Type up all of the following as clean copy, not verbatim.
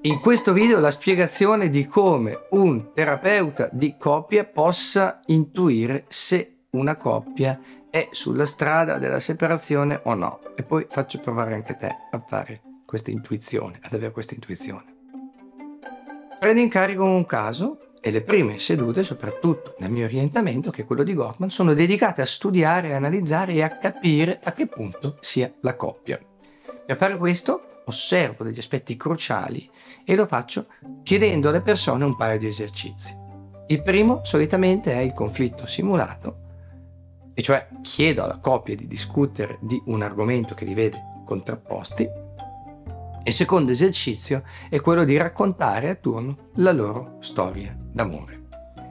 In questo video la spiegazione di come un terapeuta di coppia possa intuire se una coppia è sulla strada della separazione o no. E poi faccio provare anche te a fare questa intuizione, ad avere questa intuizione. Prendi in carico un caso e le prime sedute, soprattutto nel mio orientamento, che è quello di Gottman, sono dedicate a studiare, a analizzare e a capire a che punto sia la coppia. Per fare questo osservo degli aspetti cruciali e lo faccio chiedendo alle persone un paio di esercizi. Il primo solitamente è il conflitto simulato, e cioè chiedo alla coppia di discutere di un argomento che li vede contrapposti. Il secondo esercizio è quello di raccontare a turno la loro storia d'amore.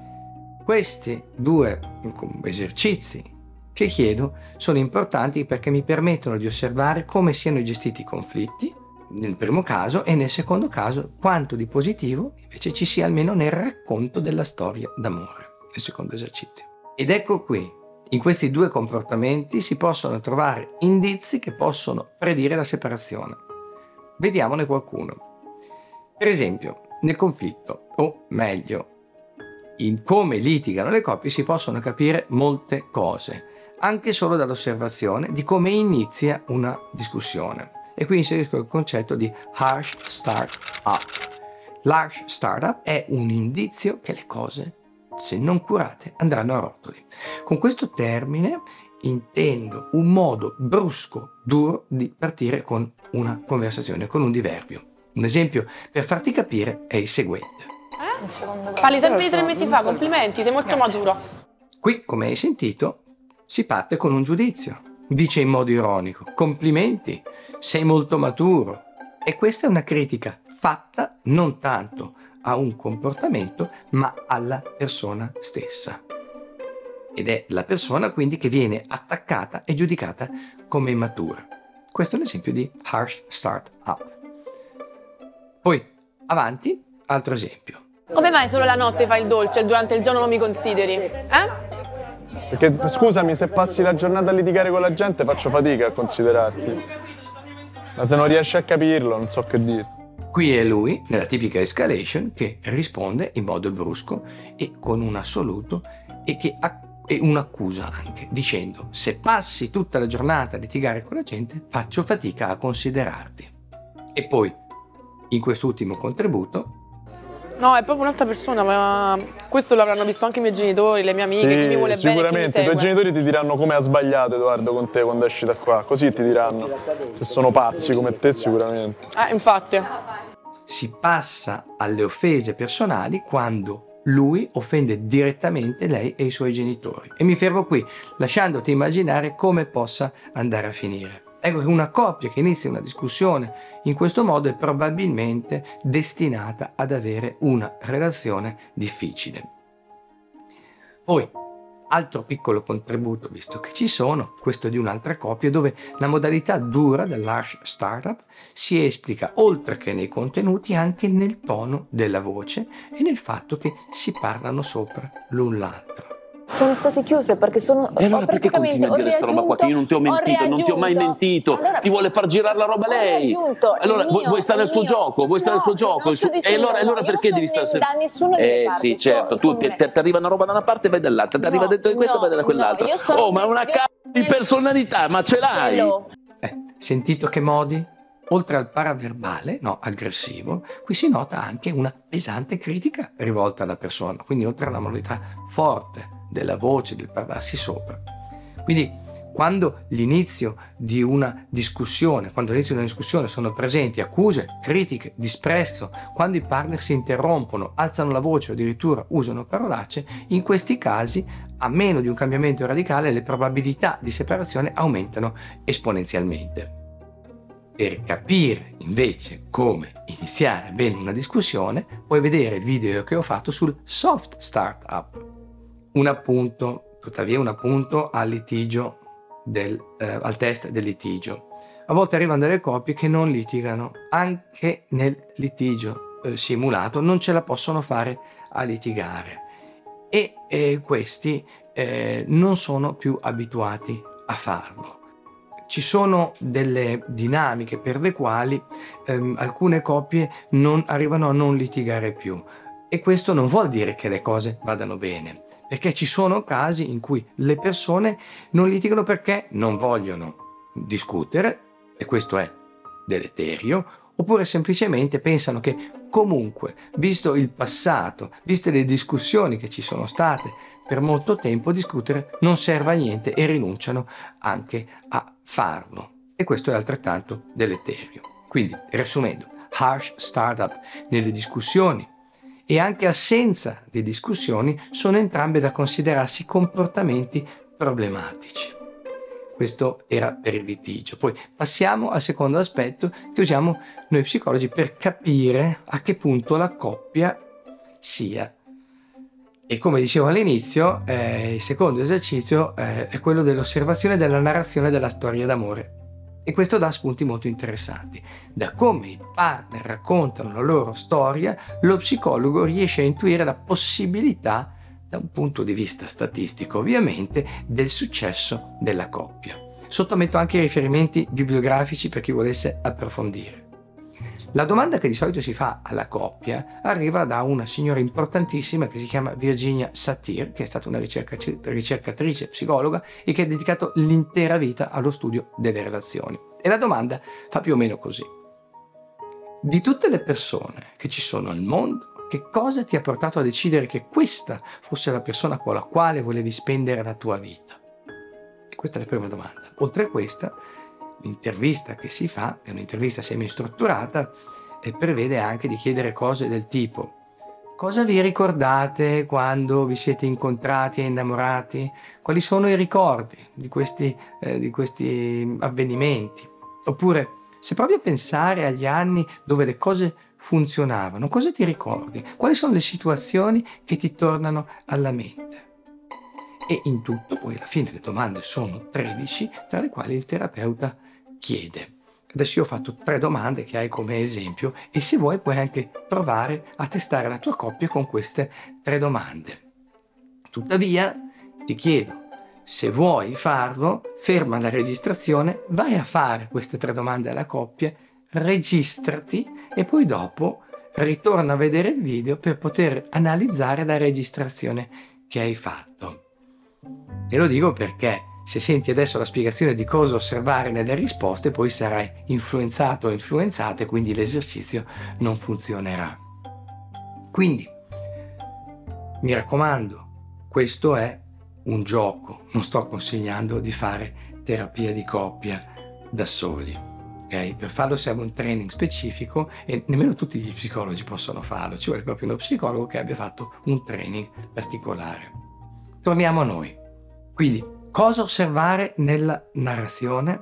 Questi due esercizi che chiedo sono importanti perché mi permettono di osservare come siano gestiti i conflitti nel primo caso e nel secondo caso quanto di positivo invece ci sia almeno nel racconto della storia d'amore, nel secondo esercizio. Ed ecco qui, in questi due comportamenti si possono trovare indizi che possono predire la separazione. Vediamone qualcuno. Per esempio, nel conflitto, o meglio, in come litigano le coppie si possono capire molte cose, anche solo dall'osservazione di come inizia una discussione. E qui inserisco il concetto di harsh start-up. L'harsh start-up è un indizio che le cose, se non curate, andranno a rotoli. Con questo termine intendo un modo brusco, duro di partire con una conversazione, con un diverbio. Un esempio per farti capire è il seguente. Parli sempre di 3 mesi fa, complimenti, sei molto maturo. Qui, come hai sentito, si parte con un giudizio. Dice in modo ironico: complimenti, sei molto maturo. E questa è una critica fatta non tanto a un comportamento, ma alla persona stessa. Ed è la persona quindi che viene attaccata e giudicata come immatura. Questo è un esempio di harsh start-up. Poi, avanti, altro esempio. Come mai solo la notte fai il dolce e durante il giorno non mi consideri? Perché, scusami, se passi la giornata a litigare con la gente faccio fatica a considerarti. Ma se non riesci a capirlo, non so che dire. Qui è lui, nella tipica escalation, che risponde in modo brusco e con un assoluto e un'accusa anche, dicendo: se passi tutta la giornata a litigare con la gente, faccio fatica a considerarti. E poi, in quest'ultimo contributo, No, è proprio un'altra persona, ma questo l'avranno visto anche i miei genitori, le mie amiche, chi mi vuole bene e chi mi sicuramente, segue. i tuoi genitori ti diranno come ha sbagliato Edoardo con te quando esci da qua, così ti diranno, se sono pazzi come te sicuramente. Infatti. si passa alle offese personali quando lui offende direttamente lei e i suoi genitori. E mi fermo qui, lasciandoti immaginare come possa andare a finire. Ecco che una coppia che inizia una discussione in questo modo è probabilmente destinata ad avere una relazione difficile. Poi, altro piccolo contributo, visto che ci sono, questo di un'altra coppia, dove la modalità dura dell'harsh startup si esplica, oltre che nei contenuti, anche nel tono della voce e nel fatto che si parlano sopra l'un l'altro. Sono state chiuse perché sono... E allora perché continui a dire sta roba qua? Che io non ti ho mentito, non ti ho mai mentito. Allora, ti vuole far girare la roba lei. Allora vuoi stare nel suo gioco? Vuoi stare nel suo gioco? E allora perché devi stare sempre... Da nessuno delle parti, sì, certo, tu ti arriva una roba da una parte e vai dall'altra, ti arriva dentro di questa e vai da quell'altra. Oh, ma è una di personalità, ma ce l'hai! Sentito che modi? Oltre al paraverbale, aggressivo, qui si nota anche una pesante critica rivolta alla persona, quindi oltre alla modalità forte della voce, del parlarsi sopra. Quindi quando all'inizio di una discussione sono presenti accuse, critiche, disprezzo, quando i partner si interrompono, alzano la voce o addirittura usano parolacce, in questi casi, a meno di un cambiamento radicale, le probabilità di separazione aumentano esponenzialmente. Per capire invece come iniziare bene una discussione, puoi vedere il video che ho fatto sul soft startup. Un appunto al litigio al test del litigio. A volte arrivano delle coppie che non litigano, anche nel litigio simulato non ce la possono fare a litigare e questi non sono più abituati a farlo. ci sono delle dinamiche per le quali alcune coppie non arrivano a non litigare più, e questo non vuol dire che le cose vadano bene, perché ci sono casi in cui le persone non litigano perché non vogliono discutere, e questo è deleterio, oppure semplicemente pensano che comunque, visto il passato, viste le discussioni che ci sono state per molto tempo, discutere non serve a niente e rinunciano anche a farlo, e questo è altrettanto deleterio. Quindi, riassumendo, harsh startup nelle discussioni e anche assenza di discussioni sono entrambe da considerarsi comportamenti problematici. Questo era per il litigio. Poi passiamo al secondo aspetto che usiamo noi psicologi per capire a che punto la coppia sia. E come dicevo all'inizio, il secondo esercizio è quello dell'osservazione della narrazione della storia d'amore. E questo dà spunti molto interessanti. Da come i partner raccontano la loro storia, lo psicologo riesce a intuire la possibilità, da un punto di vista statistico ovviamente, del successo della coppia. Sottometto anche i riferimenti bibliografici per chi volesse approfondire. La domanda che di solito si fa alla coppia arriva da una signora importantissima che si chiama Virginia Satir, che è stata una ricercatrice psicologa e che ha dedicato l'intera vita allo studio delle relazioni. E la domanda fa più o meno così: di tutte le persone che ci sono al mondo, che cosa ti ha portato a decidere che questa fosse la persona con la quale volevi spendere la tua vita? E questa è la prima domanda. Oltre a questa, l'intervista che si fa è un'intervista semi-strutturata e prevede anche di chiedere cose del tipo: cosa vi ricordate quando vi siete incontrati e innamorati? Quali sono i ricordi di questi avvenimenti? Oppure, se provi a pensare agli anni dove le cose funzionavano, cosa ti ricordi? Quali sono le situazioni che ti tornano alla mente? E in tutto, poi alla fine le domande sono 13, tra le quali il terapeuta chiede. Adesso io ho fatto 3 domande che hai come esempio, e se vuoi puoi anche provare a testare la tua coppia con queste 3 domande. Tuttavia ti chiedo, se vuoi farlo, ferma la registrazione, vai a fare queste 3 domande alla coppia, registrati e poi dopo ritorna a vedere il video per poter analizzare la registrazione che hai fatto. Te lo dico perché se senti adesso la spiegazione di cosa osservare nelle risposte, poi sarai influenzato o influenzato e quindi l'esercizio non funzionerà. Quindi, mi raccomando, questo è un gioco, non sto consigliando di fare terapia di coppia da soli. Okay? Per farlo serve un training specifico e nemmeno tutti gli psicologi possono farlo, ci vuole proprio uno psicologo che abbia fatto un training particolare. Torniamo a noi. Quindi, cosa osservare nella narrazione?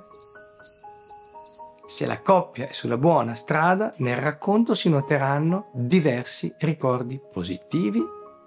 Se la coppia è sulla buona strada, nel racconto si noteranno diversi ricordi positivi,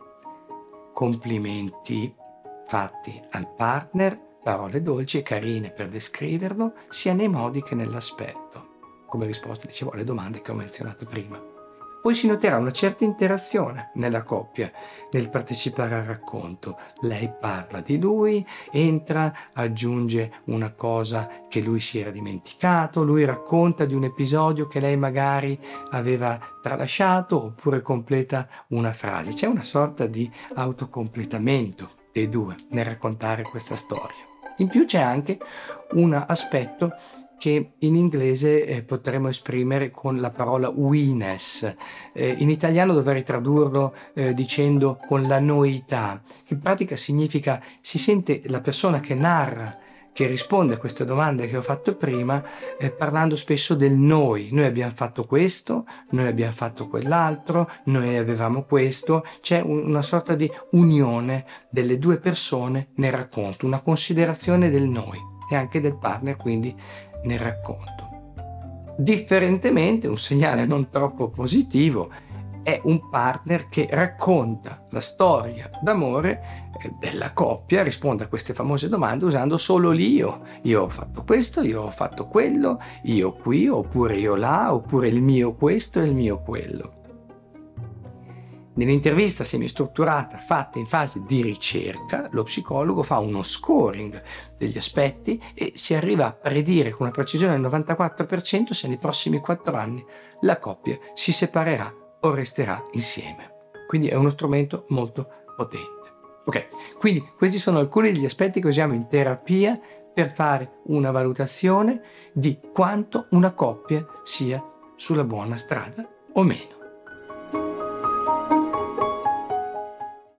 complimenti fatti al partner, parole dolci e carine per descriverlo, sia nei modi che nell'aspetto, come risposta, dicevo, alle domande che ho menzionato prima. Poi si noterà una certa interazione nella coppia nel partecipare al racconto. Lei parla di lui, entra, aggiunge una cosa che lui si era dimenticato, lui racconta di un episodio che lei magari aveva tralasciato oppure completa una frase. C'è una sorta di autocompletamento dei due nel raccontare questa storia. In più c'è anche un aspetto che in inglese potremmo esprimere con la parola we-ness. In italiano dovrei tradurlo dicendo con la noità, che in pratica significa si sente la persona che narra, che risponde a queste domande che ho fatto prima, parlando spesso del noi. Noi abbiamo fatto questo, noi abbiamo fatto quell'altro, noi avevamo questo. C'è una sorta di unione delle due persone nel racconto, una considerazione del noi e anche del partner, quindi nel racconto. Differentemente, un segnale non troppo positivo è un partner che racconta la storia d'amore della coppia, risponde a queste famose domande usando solo l'io. Io ho fatto questo, io ho fatto quello, io qui, oppure io là, oppure il mio questo e il mio quello. Nell'intervista semistrutturata fatta in fase di ricerca, lo psicologo fa uno scoring degli aspetti e si arriva a predire con una precisione del 94% se nei prossimi 4 anni la coppia si separerà o resterà insieme. Quindi è uno strumento molto potente. Ok, quindi questi sono alcuni degli aspetti che usiamo in terapia per fare una valutazione di quanto una coppia sia sulla buona strada o meno.